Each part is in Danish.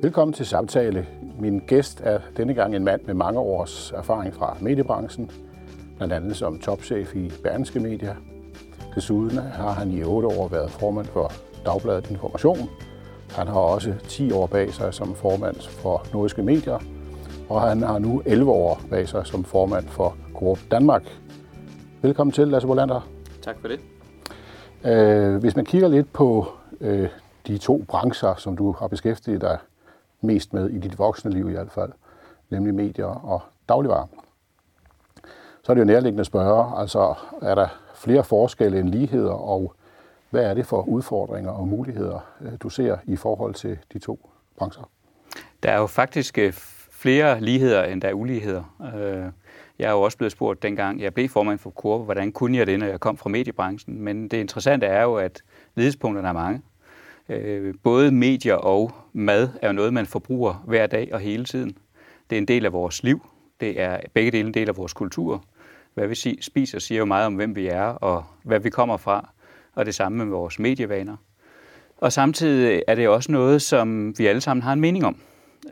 Velkommen til samtale. Min gæst er denne gang en mand med mange års erfaring fra mediebranchen, blandt andet som topchef i Berlingske Media. Desuden har han i 8 år været formand for Dagbladet Information. Han har også 10 år bag sig som formand for Nordiske Medier, og han har nu 11 år bag sig som formand for Coop Danmark. Velkommen til, Lasse Bolander. Tak for det. Hvis man kigger lidt på de 2 brancher, som du har beskæftiget dig mest med i dit voksne liv i hvert fald, nemlig medier og dagligvarer, så er det jo nærliggende at spørge, altså er der flere forskelle end ligheder, og hvad er det for udfordringer og muligheder, du ser i forhold til de 2 brancher? Der er jo faktisk flere ligheder, end der er uligheder. Jeg er jo også blevet spurgt dengang, jeg blev formand for Coop, hvordan kunne jeg det, når jeg kom fra mediebranchen. Men det interessante er jo, at lighedspunkterne er mange. Både medier og mad er jo noget, man forbruger hver dag og hele tiden. Det er en del af vores liv. Det er begge dele en del af vores kultur. Hvad vi spiser siger jo meget om, hvem vi er og hvad vi kommer fra. Og det samme med vores medievaner. Og samtidig er det også noget, som vi alle sammen har en mening om.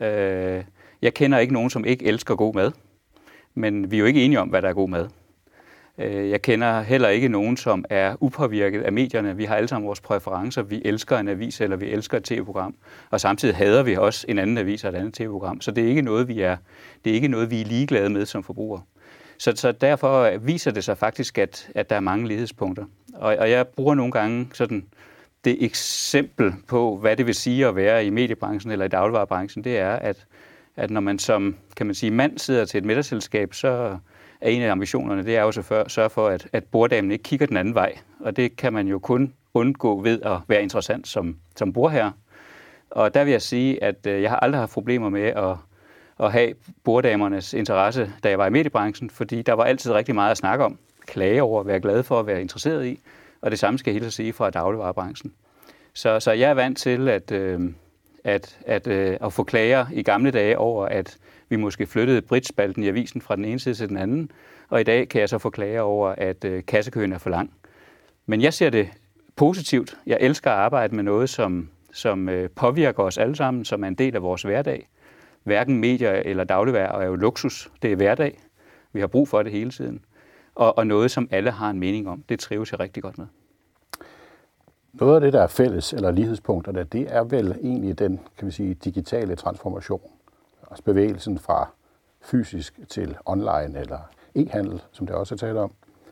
Jeg kender ikke nogen, som ikke elsker god mad. Men vi er jo ikke enige om, hvad der er god mad. Jeg kender heller ikke nogen, som er upåvirket af medierne. Vi har alle sammen vores præferencer. Vi elsker en avis, eller vi elsker et tv-program. Og samtidig hader vi også en anden avis og et andet tv-program. Så det er ikke noget, vi er ligeglade med som forbrugere. Så derfor viser det sig faktisk, at der er mange lighedspunkter. Og jeg bruger nogle gange sådan det eksempel på, hvad det vil sige at være i mediebranchen eller i dagligvarebranchen, det er, at når man som, kan man sige, mand sidder til et middagsselskab, så er en af ambitionerne, det er jo at sørge for, at borddamen ikke kigger den anden vej. Og det kan man jo kun undgå ved at være interessant som bordherre. Og der vil jeg sige, at jeg har aldrig haft problemer med at have borddamernes interesse, da jeg var i mediebranchen, fordi der var altid rigtig meget at snakke om, klage over, være glad for at være interesseret i. Og det samme skal jeg helt sige fra dagligvarebranchen. Så jeg er vant til at få klager i gamle dage over, at vi måske flyttede bridgespalten i avisen fra den ene side til den anden, og i dag kan jeg så få klager over, at kassekøen er for lang. Men jeg ser det positivt. Jeg elsker at arbejde med noget, som påvirker os alle sammen, som er en del af vores hverdag. Hverken medier eller dagligvarer er jo luksus. Det er hverdag. Vi har brug for det hele tiden. Og noget, som alle har en mening om. Det trives jeg rigtig godt med. Noget af det, der er fælles eller lighedspunkterne, det er vel egentlig den, kan vi sige, digitale transformation. Altså bevægelsen fra fysisk til online eller e-handel, som det også er talt om.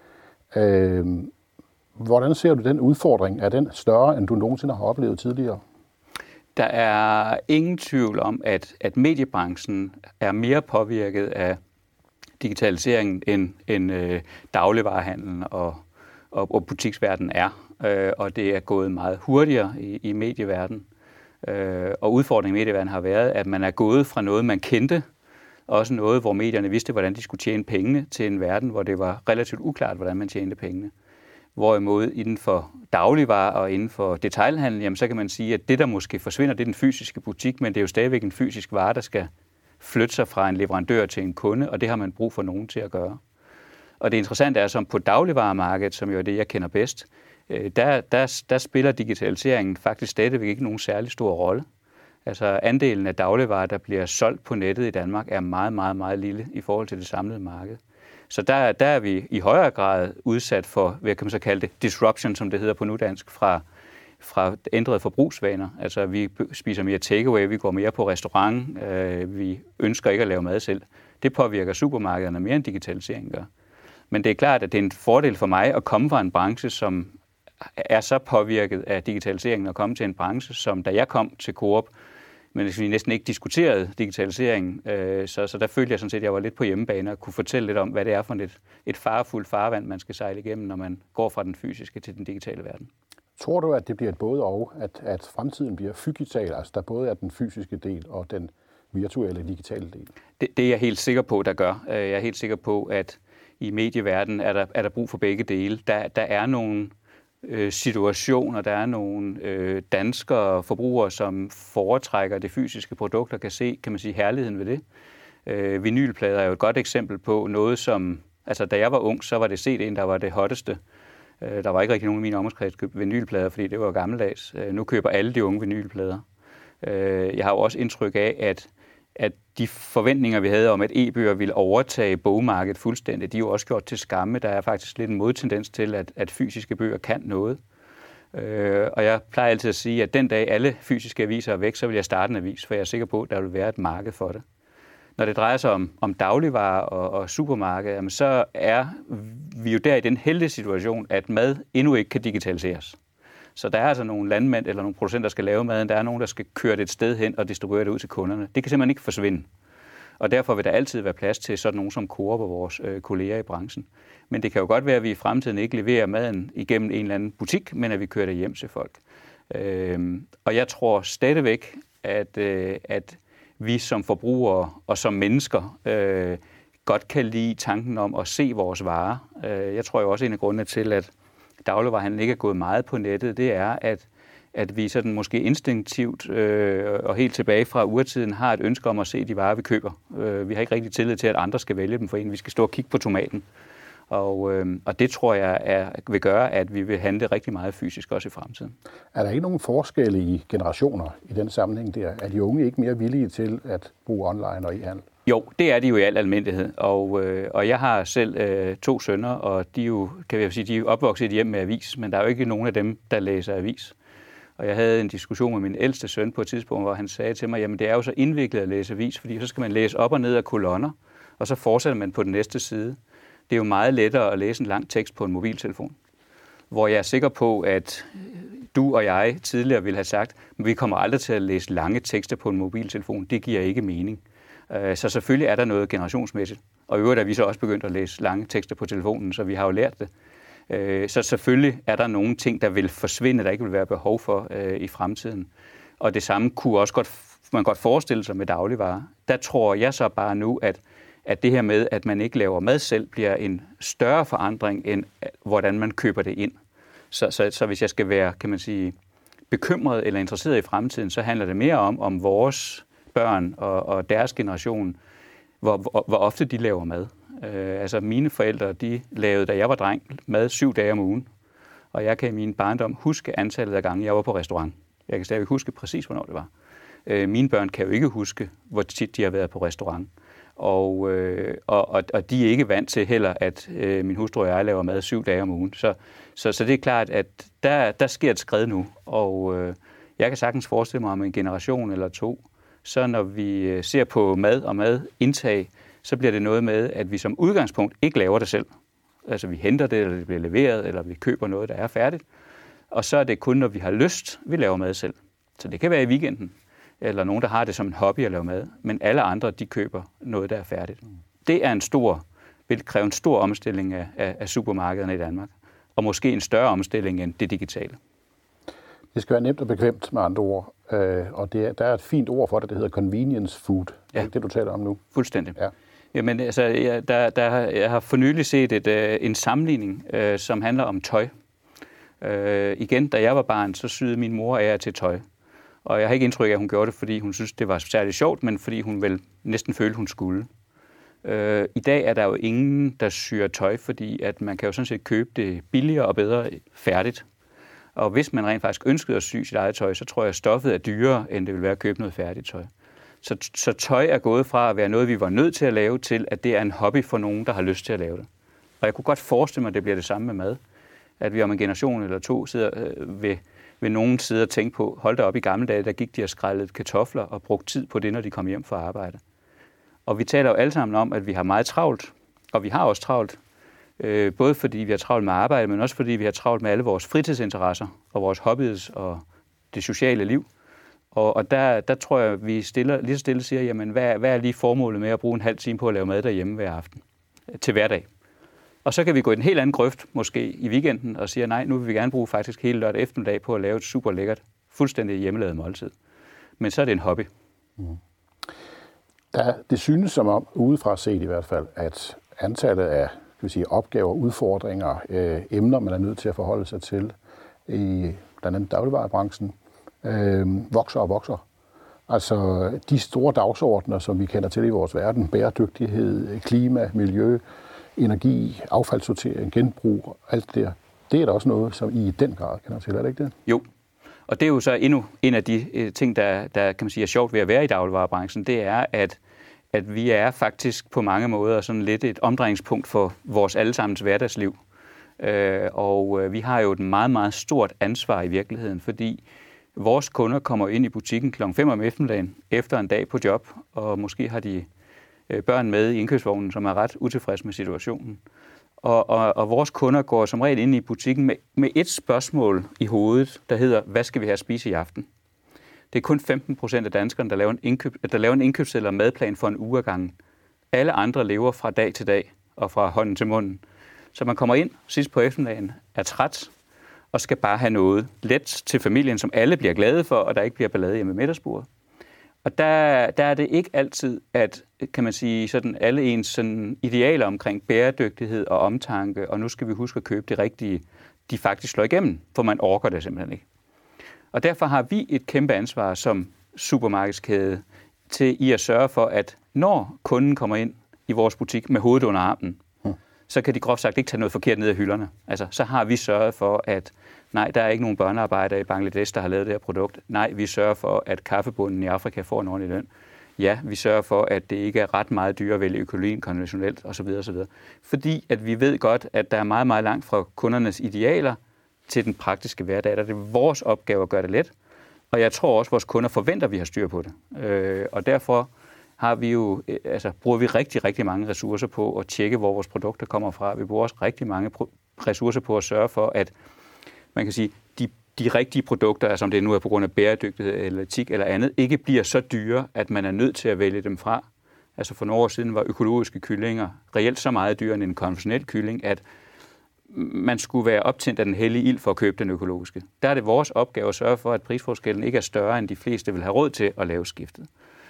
Hvordan ser du den udfordring? Er den større, end du nogensinde har oplevet tidligere? Der er ingen tvivl om, at mediebranchen er mere påvirket af digitaliseringen, end dagligvarehandlen og butiksverdenen er. Og det er gået meget hurtigere i medieverdenen. Og udfordringen i medieverdenen har været, at man er gået fra noget, man kendte, også noget, hvor medierne vidste, hvordan de skulle tjene pengene, til en verden, hvor det var relativt uklart, hvordan man tjente pengene. Hvorimod inden for dagligvarer og inden for detailhandel, jamen, så kan man sige, at det, der måske forsvinder, det er den fysiske butik, men det er jo stadigvæk en fysisk vare, der skal flytte sig fra en leverandør til en kunde, og det har man brug for nogen til at gøre. Og det interessante er, som på dagligvaremarkedet, som jo er det, jeg kender bedst, der spiller digitaliseringen faktisk stadigvæk ikke nogen særlig stor rolle. Altså andelen af dagligvarer, der bliver solgt på nettet i Danmark, er meget, meget, meget lille i forhold til det samlede marked. Så der er vi i højere grad udsat for, hvad kan man så kalde det, disruption, som det hedder på nudansk, fra ændrede forbrugsvaner. Altså vi spiser mere takeaway, vi går mere på restaurant, vi ønsker ikke at lave mad selv. Det påvirker supermarkederne mere end digitaliseringen gør. Men det er klart, at det er en fordel for mig at komme fra en branche, som er så påvirket af digitaliseringen, og komme til en branche, som da jeg kom til Coop, men vi næsten ikke diskuterede digitaliseringen, så der følte jeg sådan set, at jeg var lidt på hjemmebane og kunne fortælle lidt om, hvad det er for et farefuldt farvand, man skal sejle igennem, når man går fra den fysiske til den digitale verden. Tror du, at det bliver et både og, at fremtiden bliver fygital, altså der både er den fysiske del og den virtuelle digitale del? Det er jeg helt sikker på, der gør. Jeg er helt sikker på, at i medieverdenen er der brug for begge dele. Der er nogle situationer, der er nogle danskere forbrugere, som foretrækker det fysiske produkt og kan se, kan man sige, herligheden ved det. Vinylplader er jo et godt eksempel på noget, som, altså da jeg var ung, så var det CD'en, der var det hotteste. Der var ikke rigtig nogen i min omgangskreds, der købte vinylplader, fordi det var gammeldags. Nu køber alle de unge vinylplader. Jeg har jo også indtryk af, at de forventninger, vi havde om, at e-bøger ville overtage bogmarkedet fuldstændig, de er jo også gjort til skamme. Der er faktisk lidt en modtendens til, at fysiske bøger kan noget. Og jeg plejer altid at sige, at den dag alle fysiske aviser er væk, så vil jeg starte en avis, for jeg er sikker på, at der vil være et marked for det. Når det drejer sig om dagligvarer og supermarkeder, jamen, så er vi jo der i den heldige situation, at mad endnu ikke kan digitaliseres. Så der er altså nogle landmænd eller nogle producenter, der skal lave maden. Der er nogen, der skal køre det et sted hen og distribuere det ud til kunderne. Det kan simpelthen ikke forsvinde. Og derfor vil der altid være plads til sådan nogen som Coop og vores kolleger i branchen. Men det kan jo godt være, at vi i fremtiden ikke leverer maden igennem en eller anden butik, men at vi kører det hjem til folk. Og jeg tror stadigvæk, at vi som forbrugere og som mennesker godt kan lide tanken om at se vores varer. Jeg tror jo også, en af grundene til, at dagligvarehandlen ikke er gået meget på nettet, det er, at vi sådan måske instinktivt og helt tilbage fra urtiden har et ønske om at se de varer, vi køber. Vi har ikke rigtig tillid til, at andre skal vælge dem for en. Vi skal stå og kigge på tomaten. Og det tror jeg vil gøre, at vi vil handle rigtig meget fysisk også i fremtiden. Er der ikke nogen forskelle i generationer i den sammenhæng der? Er de unge ikke mere villige til at bruge online og e-handel? Jo, det er de jo i al almindelighed. Og jeg har selv 2 sønner, og de er jo, kan jeg sige, de er opvokset i et hjem med avis, men der er jo ikke nogen af dem, der læser avis. Og jeg havde en diskussion med min ældste søn på et tidspunkt, hvor han sagde til mig, jamen det er jo så indviklet at læse avis, fordi så skal man læse op og ned af kolonner, og så fortsætter man på den næste side. Det er jo meget lettere at læse en lang tekst på en mobiltelefon, hvor jeg er sikker på, at du og jeg tidligere ville have sagt, at vi kommer aldrig til at læse lange tekster på en mobiltelefon. Det giver ikke mening. Så selvfølgelig er der noget generationsmæssigt. Og i øvrigt er vi så også begyndt at læse lange tekster på telefonen, så vi har jo lært det. Så selvfølgelig er der nogle ting, der vil forsvinde, der ikke vil være behov for i fremtiden. Og det samme kunne også man godt forestille sig med dagligvarer. Der tror jeg så bare nu, at det her med, at man ikke laver mad selv, bliver en større forandring, end hvordan man køber det ind. Så hvis jeg skal være, kan man sige, bekymret eller interesseret i fremtiden, så handler det mere om vores børn og deres generation, hvor ofte de laver mad. Altså mine forældre, de lavede, da jeg var dreng, mad 7 dage om ugen. Og jeg kan i min barndom huske antallet af gange, jeg var på restaurant. Jeg kan stadig huske præcis, hvornår det var. Mine børn kan jo ikke huske, hvor tit de har været på restaurant. Og de er ikke vant til heller, at min hustru og jeg laver mad 7 dage om ugen. Så det er klart, at der sker et skred nu. Og jeg kan sagtens forestille mig om en generation eller 2, så når vi ser på mad og madindtag, så bliver det noget med, at vi som udgangspunkt ikke laver det selv. Altså vi henter det, eller det bliver leveret, eller vi køber noget, der er færdigt. Og så er det kun, når vi har lyst, vi laver mad selv. Så det kan være i weekenden, eller nogen, der har det som en hobby at lave mad. Men alle andre, de køber noget, der er færdigt. Det er vil kræve en stor omstilling af supermarkederne i Danmark. Og måske en større omstilling end det digitale. Det skal være nemt og bekvemt med andre ord. Og der er et fint ord for det, der hedder convenience food. Det er det, du taler om nu. Fuldstændig. Ja. Jamen, altså, jeg har for nylig set en sammenligning, som handler om tøj. Igen, da jeg var barn, så syede min mor af til tøj. Og jeg har ikke indtryk af, at hun gjorde det, fordi hun synes, det var særligt sjovt, men fordi hun vel næsten følte, hun skulle. I dag er der jo ingen, der syr tøj, fordi at man kan jo sådan set købe det billigere og bedre færdigt. Og hvis man rent faktisk ønskede at sy sit eget tøj, så tror jeg, at stoffet er dyrere, end det vil være at købe noget færdigt tøj. Så tøj er gået fra at være noget, vi var nødt til at lave, til at det er en hobby for nogen, der har lyst til at lave det. Og jeg kunne godt forestille mig, at det bliver det samme med mad. At vi om en generation eller 2 sidder ved nogen side og tænke på, hold da op, i gamle dage, der gik de og skrællede kartofler og brugte tid på det, når de kom hjem fra arbejde. Og vi taler jo alle sammen om, at vi har meget travlt, og vi har også travlt. Både fordi vi har travlt med arbejde, men også fordi vi har travlt med alle vores fritidsinteresser og vores hobbies og det sociale liv. Og der tror jeg, vi lige så stille siger, jamen hvad er lige formålet med at bruge en halv time på at lave mad derhjemme hver aften til hverdag? Og så kan vi gå i en helt anden grøft, måske i weekenden, og sige, nej, nu vil vi gerne bruge faktisk hele lørdag eftermiddag på at lave et super lækkert, fuldstændig hjemmelavet måltid. Men så er det en hobby. Det synes som om, udefra set i hvert fald, at antallet af opgaver, udfordringer, emner, man er nødt til at forholde sig til i blandt andet dagligvarebranchen, vokser og vokser. Altså de store dagsordner, som vi kender til i vores verden, bæredygtighed, klima, miljø, energi, affaldssortering, genbrug, alt det der, det er da også noget, som I den grad kender til, er det ikke det? Jo, Og det er jo så endnu en af de ting, der kan man sige er sjovt ved at være i dagligvarebranchen, det er, at vi er faktisk på mange måder sådan lidt et omdrejningspunkt for vores allesammens hverdagsliv. Og vi har jo et meget, meget stort ansvar i virkeligheden, fordi vores kunder kommer ind i butikken kl. 5 om eftermiddagen efter en dag på job, og måske har de børn med i indkøbsvognen, som er ret utilfredse med situationen. Og vores kunder går som regel ind i butikken med et spørgsmål i hovedet, der hedder, hvad skal vi have at spise i aften? Det er kun 15% af danskerne, der laver en indkøbsseddel og madplan for en uge ad gangen. Alle andre lever fra dag til dag og fra hånden til munden. Så man kommer ind sidst på eftermiddagen, er træt og skal bare have noget let til familien, som alle bliver glade for, og der ikke bliver ballade hjemme ved middagsbordet. Og der er det ikke altid, at kan man sige, sådan alle ens sådan idealer omkring bæredygtighed og omtanke, og nu skal vi huske at købe det rigtige, de faktisk slår igennem, for man orker det simpelthen ikke. Og derfor har vi et kæmpe ansvar som supermarkedskæde i at sørge for, at når kunden kommer ind i vores butik med hovedet under armen, så kan de groft sagt ikke tage noget forkert ned af hylderne. Altså, så har vi sørget for, at nej, der er ikke nogen børnearbejdere i Bangladesh, der har lavet det her produkt. Nej, vi sørger for, at kaffebunden i Afrika får en ordentlig løn. Ja, vi sørger for, at det ikke er ret meget dyrere at vælge økologien konventionelt osv. osv. Fordi at vi ved godt, at der er meget, meget langt fra kundernes idealer til den praktiske hverdag. Der er det vores opgave at gøre det let. Og jeg tror også, at vores kunder forventer, at vi har styr på det. Og derfor har vi jo, bruger vi rigtig, rigtig mange ressourcer på at tjekke, hvor vores produkter kommer fra. Vi bruger også rigtig mange ressourcer på at sørge for, at man kan sige, de rigtige produkter, altså om det nu er på grund af bæredygtighed eller etik eller andet, ikke bliver så dyre, at man er nødt til at vælge dem fra. Altså for nogle år siden var økologiske kyllinger reelt så meget dyrere end en konventionel kylling, at man skulle være optændt af den hellige ild for at købe den økologiske. Der er det vores opgave at sørge for, at prisforskellen ikke er større, end de fleste vil have råd til at lave skiftet.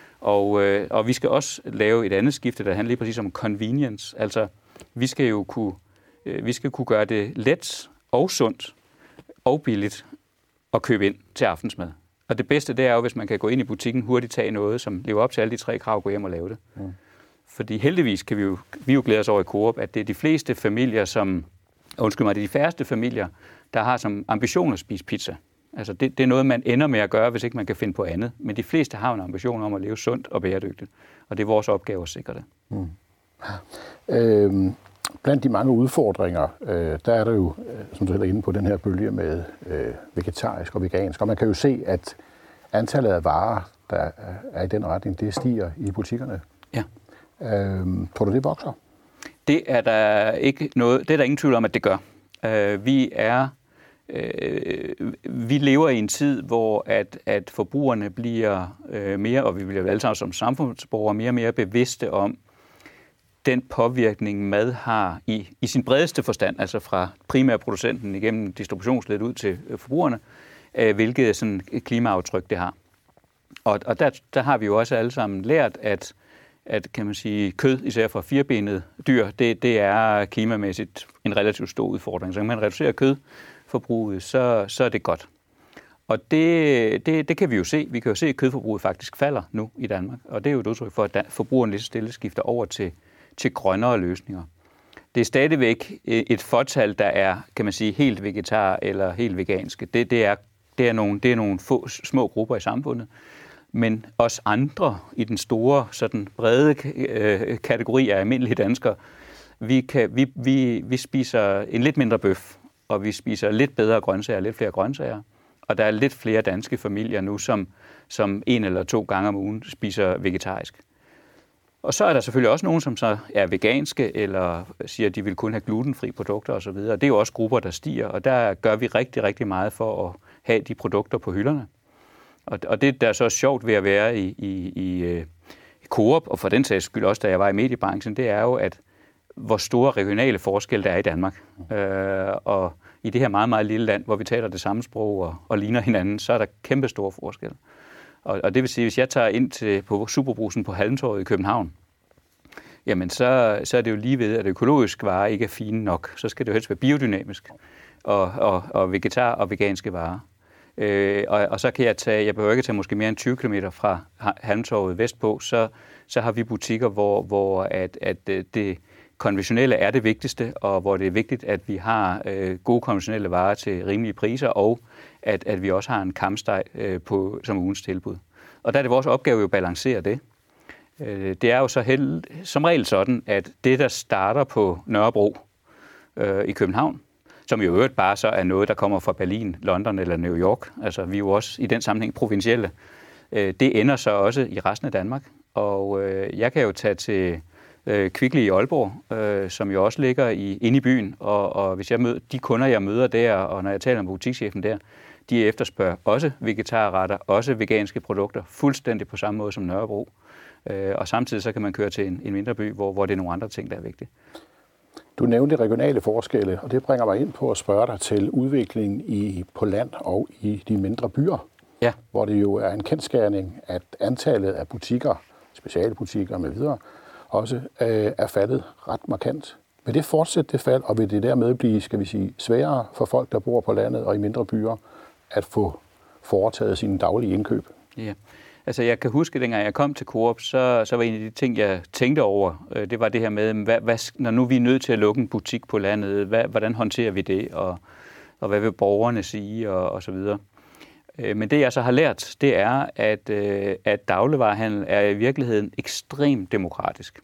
Og vi skal også lave et andet skifte, der handler lige præcis om convenience. Altså, vi skal kunne gøre det let og sundt og billigt at købe ind til aftensmad. Og det bedste, det er jo, hvis man kan gå ind i butikken, hurtigt tage noget, som lever op til alle de 3 krav, gå hjem og lave det. Mm. Fordi heldigvis kan vi jo glæde os over i Coop, at det er de fleste familier, det er de færreste familier, der har som ambition at spise pizza. Altså det er noget, man ender med at gøre, hvis ikke man kan finde på andet. Men de fleste har en ambition om at leve sundt og bæredygtigt. Og det er vores opgave at sikre det. Mm. Blandt de mange udfordringer, der er der jo, som du heller er inde på, den her bølge med vegetarisk og vegansk. Og man kan jo se, at antallet af varer, der er i den retning, det stiger i butikkerne. Ja. Tror du, det vokser? Det er der ingen tvivl om, at det gør. Vi lever i en tid, hvor at forbrugerne bliver mere, og vi bliver alle sammen som samfundsborgere mere og mere bevidste om den påvirkning, mad har i sin bredeste forstand, altså fra primærproducenten igennem distributionsledet ud til forbrugerne, hvilket sådan klimaaftryk det har. Og der har vi jo også alle sammen lært, at kan man sige, kød, især fra firbenede dyr, det er klimamæssigt en relativt stor udfordring. Så kan man reducere kødforbruget, så er det godt. Og det kan vi jo se. Vi kan jo se, at kødforbruget faktisk falder nu i Danmark. Og det er jo et udtryk for, at forbrugeren lige så stille skifter over til grønnere løsninger. Det er stadigvæk et fåtal, der er, kan man sige, helt vegetar eller helt veganske. Det er nogle få små grupper i samfundet. Men os andre i den store, sådan brede kategori af almindelige danskere, vi spiser en lidt mindre bøf, og vi spiser lidt bedre grøntsager, lidt flere grøntsager. Og der er lidt flere danske familier nu, som 1 eller 2 gange om ugen spiser vegetarisk. Og så er der selvfølgelig også nogen, som så er veganske, eller siger, at de vil kun have glutenfri produkter osv. Det er jo også grupper, der stiger, og der gør vi rigtig, rigtig meget for at have de produkter på hylderne. Og det, der er så sjovt ved at være i Coop, og for den sags skyld også, da jeg var i mediebranchen, det er jo, at hvor store regionale forskelle der er i Danmark. Og i det her meget, meget lille land, hvor vi taler det samme sprog og ligner hinanden, så er der kæmpe store forskelle. Og det vil sige, hvis jeg tager ind på Superbrugsen på Halmtorvet i København, jamen så er det jo lige ved, at økologisk varer ikke er fine nok. Så skal det jo helst være biodynamisk og vegetar og veganske varer. Og så kan jeg behøver ikke tage måske mere end 20 km fra Halmtorvet vestpå, så har vi butikker, hvor det konventionelle er det vigtigste, og hvor det er vigtigt, at vi har gode konventionelle varer til rimelige priser, og at vi også har en kampsteg som ugens tilbud. Og der er det vores opgave jo at balancere det. Det er jo så som regel sådan, at det, der starter på Nørrebro i København, som jo øvrigt bare så er noget, der kommer fra Berlin, London eller New York, altså vi er jo også i den sammenhæng provincielle, det ender så også i resten af Danmark. Og jeg kan jo tage til Kvickly i Aalborg, som jo også ligger inde i byen, og hvis jeg møder de kunder, jeg møder der, og når jeg taler med butikschefen der, de efterspørger også vegetarretter, også veganske produkter, fuldstændig på samme måde som Nørrebro. Og samtidig så kan man køre til en mindre by, hvor det er nogle andre ting, der er vigtige. Du nævnte regionale forskelle, og det bringer mig ind på at spørge dig til udviklingen på land og i de mindre byer, ja. Hvor det jo er en kendsgerning, at antallet af butikker, specialbutikker med videre, også er faldet ret markant. Vil det fortsætte det fald, og vil det dermed blive, skal vi sige, sværere for folk, der bor på landet og i mindre byer, at få foretaget sine daglige indkøb? Ja. Altså jeg kan huske, at dengang jeg kom til Coop, så var en af de ting, jeg tænkte over, det var det her med, når nu vi er nødt til at lukke en butik på landet, hvordan håndterer vi det, og hvad vil borgerne sige, og så videre. Men det jeg så har lært, det er, at dagligvarehandel er i virkeligheden ekstremt demokratisk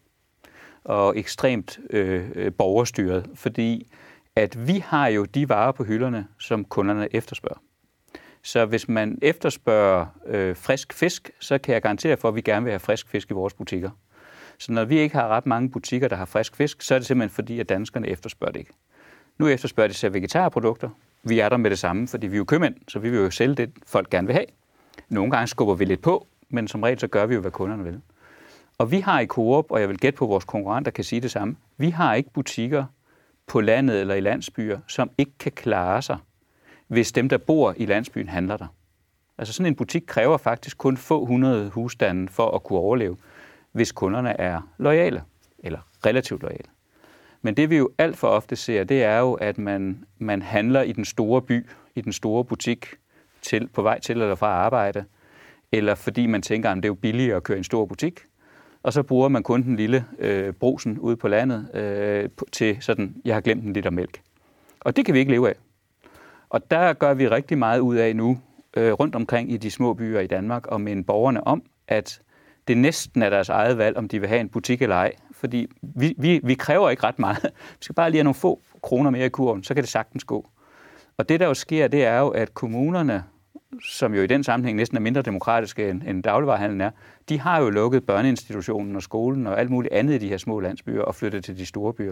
og ekstremt borgerstyret, fordi at vi har jo de varer på hylderne, som kunderne efterspørger. Så hvis man efterspørger frisk fisk, så kan jeg garantere for, at vi gerne vil have frisk fisk i vores butikker. Så når vi ikke har ret mange butikker, der har frisk fisk, så er det simpelthen fordi, at danskerne efterspørger det ikke. Nu efterspørger de så vegetarprodukter. Vi er der med det samme, fordi vi er jo købmænd, så vi vil jo sælge det, folk gerne vil have. Nogle gange skubber vi lidt på, men som regel så gør vi jo, hvad kunderne vil. Og vi har i Coop, og jeg vil gætte på, at vores konkurrenter kan sige det samme, vi har ikke butikker på landet eller i landsbyer, som ikke kan klare sig, hvis dem, der bor i landsbyen, handler der. Altså sådan en butik kræver faktisk kun få 100 husstande for at kunne overleve, hvis kunderne er loyale, eller relativt loyale. Men det vi jo alt for ofte ser, det er jo, at man handler i den store by, i den store butik, på vej til eller fra arbejde, eller fordi man tænker, at det er jo billigere at køre i en stor butik, og så bruger man kun den lille brusen ude på landet til sådan, jeg har glemt en liter mælk. Og det kan vi ikke leve af. Og der gør vi rigtig meget ud af nu, rundt omkring i de små byer i Danmark, og minde borgerne om, at det næsten er deres eget valg, om de vil have en butik eller ej. Fordi vi kræver ikke ret meget. Vi skal bare lige have nogle få kroner mere i kurven, så kan det sagtens gå. Og det, der jo sker, det er jo, at kommunerne, som jo i den sammenhæng næsten er mindre demokratiske end dagligvarehandlen er, de har jo lukket børneinstitutionen og skolen og alt muligt andet i de her små landsbyer og flyttet til de store byer.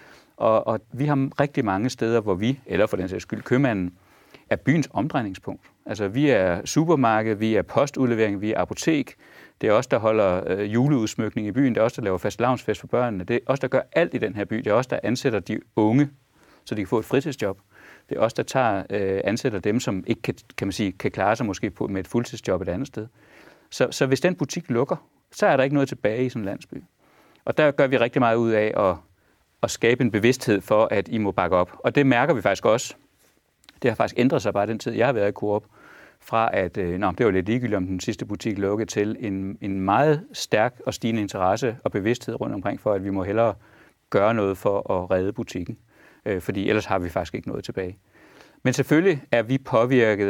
Og vi har rigtig mange steder, hvor vi, eller for den sags skyld købmanden, er byens omdrejningspunkt. Altså vi er supermarked, vi er postudlevering, vi er apotek. Det er os, der holder juleudsmykning i byen. Det er os, der laver fastelavnsfest for børnene. Det er os, der gør alt i den her by. Det er os, der ansætter de unge, så de kan få et fritidsjob. Det er os, der ansætter dem, som ikke kan klare sig måske med et fuldtidsjob et andet sted. Så hvis den butik lukker, så er der ikke noget tilbage i sådan en landsby. Og der gør vi rigtig meget ud af at skabe en bevidsthed for, at I må bakke op. Og det mærker vi faktisk også. Det har faktisk ændret sig bare den tid, jeg har været i Coop. Fra at det var lidt ligegyldigt, om den sidste butik lukkede, til en meget stærk og stigende interesse og bevidsthed rundt omkring for, at vi må hellere gøre noget for at redde butikken. Fordi ellers har vi faktisk ikke noget tilbage. Men selvfølgelig er vi påvirket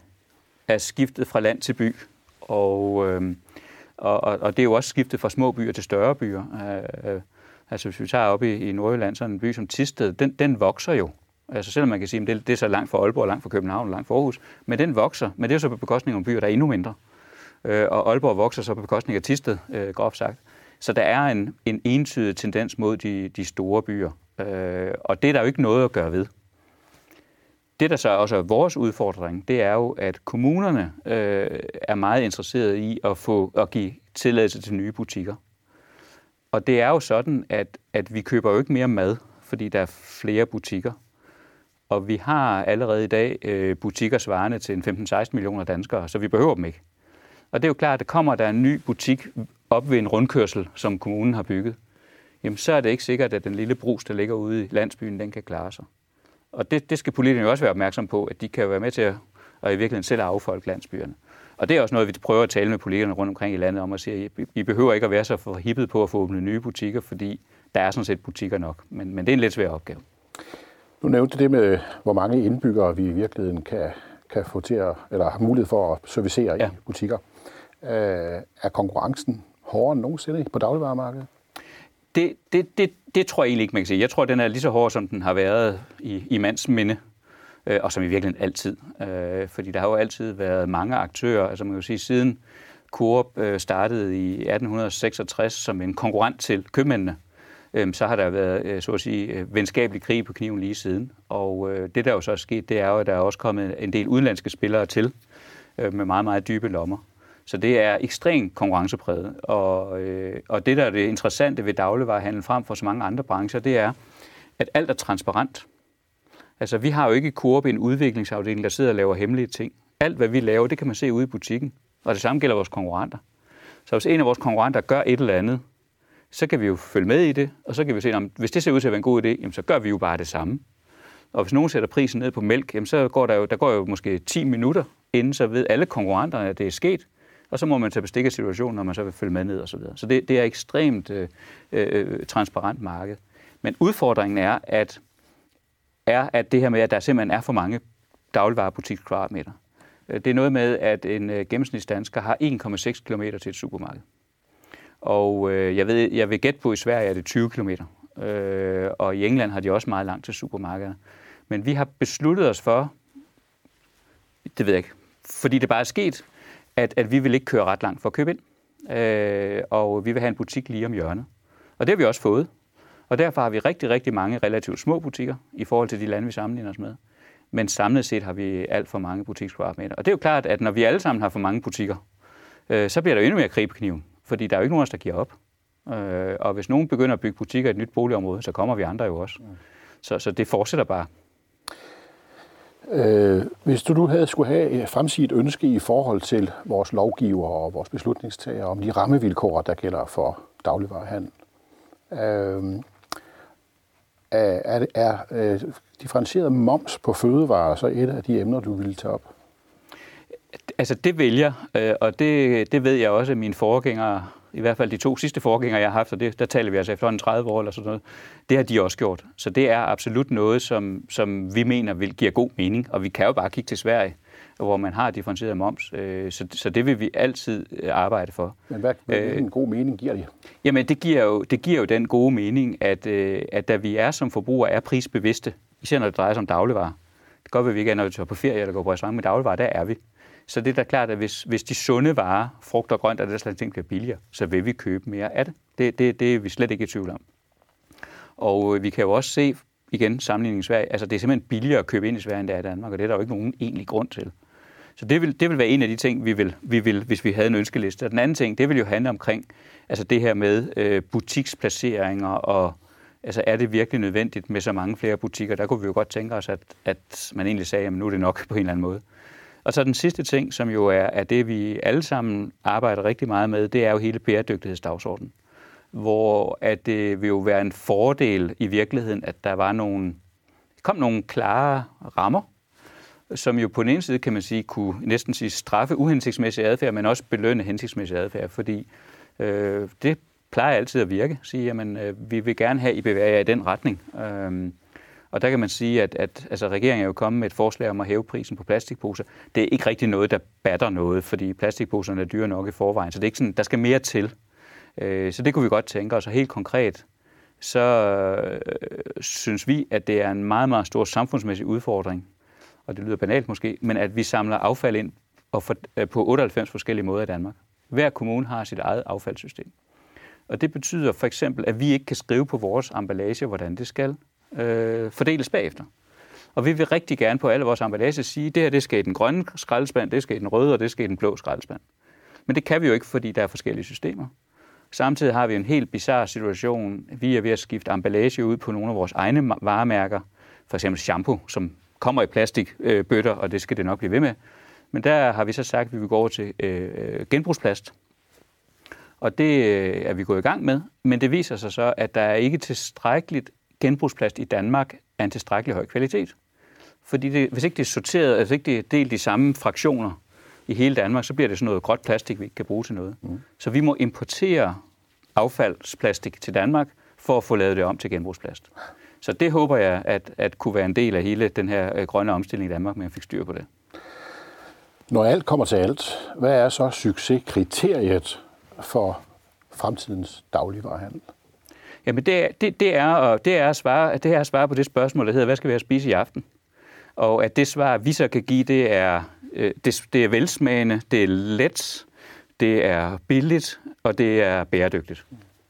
af skiftet fra land til by. Og det er jo også skiftet fra små byer til større byer. Altså hvis vi tager op i Nordjylland, så en by som Thisted, den vokser jo. Altså selvom man kan sige, at det er så langt fra Aalborg, langt fra København, langt fra Aarhus, men den vokser. Men det er jo så på bekostning af byer, der er endnu mindre. Og Aalborg vokser så på bekostning af Thisted, groft sagt. Så der er en entydig tendens mod de store byer. Og det er der jo ikke noget at gøre ved. Det, der så også er vores udfordring, det er jo, at kommunerne er meget interesserede i at give tilladelse til nye butikker. Og det er jo sådan, at vi køber jo ikke mere mad, fordi der er flere butikker. Og vi har allerede i dag butikker svarende til 15-16 millioner danskere, så vi behøver dem ikke. Og det er jo klart, at kommer der en ny butik op ved en rundkørsel, som kommunen har bygget, jamen så er det ikke sikkert, at den lille brus, der ligger ude i landsbyen, den kan klare sig. Og det skal politikerne også være opmærksom på, at de kan være med til at i virkeligheden selv affolke landsbyerne. Og det er også noget, vi prøver at tale med politikerne rundt omkring i landet om at sige, at I behøver ikke at være så forhippet på at få åbnet nye butikker, fordi der er sådan set butikker nok. Men det er en lidt svær opgave. Nu nævnte det med, hvor mange indbyggere vi i virkeligheden kan kan få til eller har mulighed for at servicere i butikker. Er konkurrencen hårdere end nogensinde på dagligvaremarkedet? Det tror jeg egentlig ikke, man kan sige. Jeg tror, den er lige så hård, som den har været i mands minde, og som i virkeligheden altid. Fordi der har jo altid været mange aktører, altså man kan sige, siden Coop startede i 1866 som en konkurrent til købmændene, så har der været, så at sige, venskabelig krig på kniven lige siden. Og det, der jo så er sket, det er jo, at der er også kommet en del udenlandske spillere til med meget, meget dybe lommer. Så det er ekstremt konkurrencepræget. Og det, der er det interessante ved dagligvarehandel frem for så mange andre brancher, det er, at alt er transparent. Altså, vi har jo ikke i Coop en udviklingsafdeling, der sidder og laver hemmelige ting. Alt, hvad vi laver, det kan man se ude i butikken. Og det samme gælder vores konkurrenter. Så hvis en af vores konkurrenter gør et eller andet, så kan vi jo følge med i det, og så kan vi se, at hvis det ser ud til at være en god idé, jamen, så gør vi jo bare det samme. Og hvis nogen sætter prisen ned på mælk, jamen, så går der går jo måske 10 minutter, inden så ved alle konkurrenterne, at det er sket. Og så må man tage bestik af situationen, når man så vil følge med ned og så videre. Så det er ekstremt transparent marked. Men udfordringen er, at det her med, at der simpelthen er for mange dagligvarebutikskvadratmeter. Det er noget med, at en gennemsnitsdansker har 1,6 km til et supermarked. Og jeg vil gætte på, at i Sverige er det 20 km. Og i England har de også meget langt til supermarkeder. Men vi har besluttet os for, det ved jeg ikke, fordi det bare er sket, at vi vil ikke køre ret langt for at købe ind. Og vi vil have en butik lige om hjørnet. Og det har vi også fået. Og derfor har vi rigtig, rigtig mange relativt små butikker i forhold til de lande, vi sammenligner os med. Men samlet set har vi alt for mange butikskvadratmeter. Og det er jo klart, at når vi alle sammen har for mange butikker, så bliver der endnu mere krig på kniven. Fordi der er jo ikke nogen af os, der giver op. Og hvis nogen begynder at bygge butikker i et nyt boligområde, så kommer vi andre jo også. Så det fortsætter bare. Hvis du nu skulle have fremsiget ønske i forhold til vores lovgiver og vores beslutningstagere om de rammevilkår, der gælder for dagligvarehandel, er differentieret moms på fødevarer så et af de emner, du ville tage op? Altså det vælger, og det ved jeg også, at mine forgængere, i hvert fald de 2 sidste forgængere, jeg har haft, og der taler vi altså efterhånden 30 år eller sådan noget, det har de også gjort. Så det er absolut noget, som vi mener giver god mening, og vi kan jo bare kigge til Sverige, hvor man har differentieret moms, så det vil vi altid arbejde for. Men hvilken god mening giver det? Jamen det giver jo den gode mening, at da vi er som forbrugere er prisbevidste, især når det drejer sig om dagligvarer. Det kan godt være, at vi ikke er, når vi tager på ferie eller går på restaurant med dagligvarer, der er vi. Så det er da klart, at hvis de sunde varer, frugt og grønt og det slags ting bliver billigere, så vil vi købe mere af det. Det er vi slet ikke i tvivl om. Og vi kan jo også se, igen sammenligning i Sverige, altså det er simpelthen billigere at købe ind i Sverige, end det er i Danmark, og det er der jo ikke nogen egentlig grund til. Så det vil være en af de ting, vi vil, hvis vi havde en ønskeliste. Og den anden ting, det vil jo handle omkring altså det her med butiksplaceringer, og altså er det virkelig nødvendigt med så mange flere butikker? Der kunne vi jo godt tænke os, at man egentlig sagde, at nu er det nok på en eller anden måde. Og så den sidste ting, som jo er det, vi alle sammen arbejder rigtig meget med, det er jo hele bæredygtighedsdagsordenen. Hvor at det vil jo være en fordel i virkeligheden, at der kom nogle klare rammer, som jo på den ene side, kan man sige, kunne næsten sige straffe uhensigtsmæssig adfærd, men også belønne hensigtsmæssig adfærd, fordi det plejer altid at virke. Sige, jamen, vi vil gerne have, I bevæger jer i den retning. Og der kan man sige, at altså, regeringen er jo kommet med et forslag om at hæve prisen på plastikposer. Det er ikke rigtig noget, der batter noget, fordi plastikposerne er dyre nok i forvejen, så det er ikke sådan, der skal mere til. Så det kunne vi godt tænke os, og helt konkret, så synes vi, at det er en meget, meget stor samfundsmæssig udfordring, og det lyder banalt måske, men at vi samler affald ind på 98 forskellige måder i Danmark. Hver kommune har sit eget affaldssystem. Og det betyder for eksempel, at vi ikke kan skrive på vores emballage, hvordan det skal fordeles bagefter. Og vi vil rigtig gerne på alle vores emballager sige, at det her det skal i den grønne skraldespand, det skal i den røde, og det skal i den blå skraldespand. Men det kan vi jo ikke, fordi der er forskellige systemer. Samtidig har vi en helt bizarre situation. Vi er ved at skifte emballage ud på nogle af vores egne varemærker. For eksempel shampoo, som kommer i plastikbøtter, og det skal det nok blive ved med. Men der har vi så sagt, at vi vil gå over til genbrugsplast. Og det er vi gået i gang med. Men det viser sig så, at der er ikke tilstrækkeligt genbrugsplast i Danmark af en tilstrækkelig høj kvalitet. Fordi hvis ikke det er sorteret, altså ikke det er delt i samme fraktioner i hele Danmark, så bliver det sådan noget gråt plastik, vi ikke kan bruge til noget. Så vi må importere affaldsplastik til Danmark for at få lavet det om til genbrugsplast. Så det håber jeg, at kunne være en del af hele den her grønne omstilling i Danmark, men jeg fik styr på det. Når alt kommer til alt, hvad er så succeskriteriet for fremtidens dagligvarehandel? Jamen det er at svare på det spørgsmål, der hedder, hvad skal vi have at spise i aften? Og at det svar, vi så kan give, det er velsmagende, det er let, det er billigt, og det er bæredygtigt.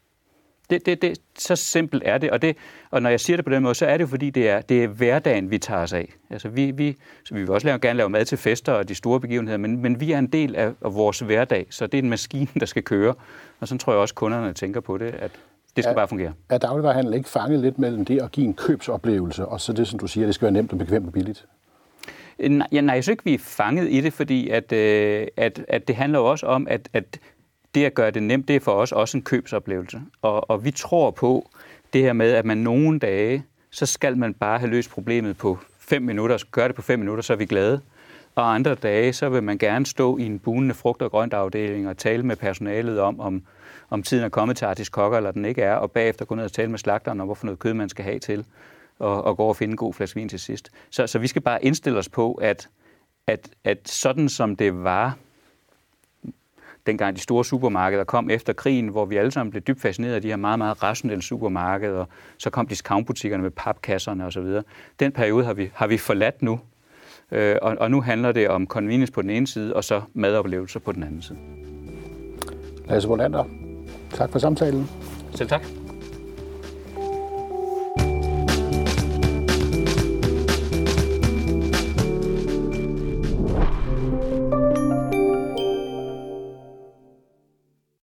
Så simpelt er det. Og når jeg siger det på den måde, så er det fordi, det er hverdagen, vi tager os af. Altså vi vil også gerne lave mad til fester og de store begivenheder, men vi er en del af vores hverdag, så det er en maskine, der skal køre. Og sådan tror jeg også, kunderne tænker på det, at det skal bare fungere. Er dagligvarehandel ikke fanget lidt mellem det at give en købsoplevelse, og så det, som du siger, det skal være nemt og bekvemt og billigt? Nej, jeg synes ikke, vi er fanget i det, fordi at det handler jo også om, at det at gøre det nemt, det er for os også en købsoplevelse. Og vi tror på det her med, at man nogle dage, så skal man bare have løst problemet på 5 minutter, så gør det på 5 minutter, så er vi glade. Og andre dage, så vil man gerne stå i en bunende frugt- og grøntafdeling og tale med personalet om tiden er kommet til artiskokker, eller den ikke er, og bagefter gå ned og tale med slagteren om, hvorfor noget kød man skal have til, og gå og finde en god flaske vin til sidst. Så vi skal bare indstille os på, at sådan som det var, dengang de store supermarkeder kom efter krigen, hvor vi alle sammen blev dybt fascineret af de her meget, meget rationelle supermarkeder, og så kom discountbutikkerne med papkasserne osv. Den periode har vi forladt nu, og nu handler det om convenience på den ene side, og så madoplevelser på den anden side. Lasse Bolander, tak for samtalen. Selv tak.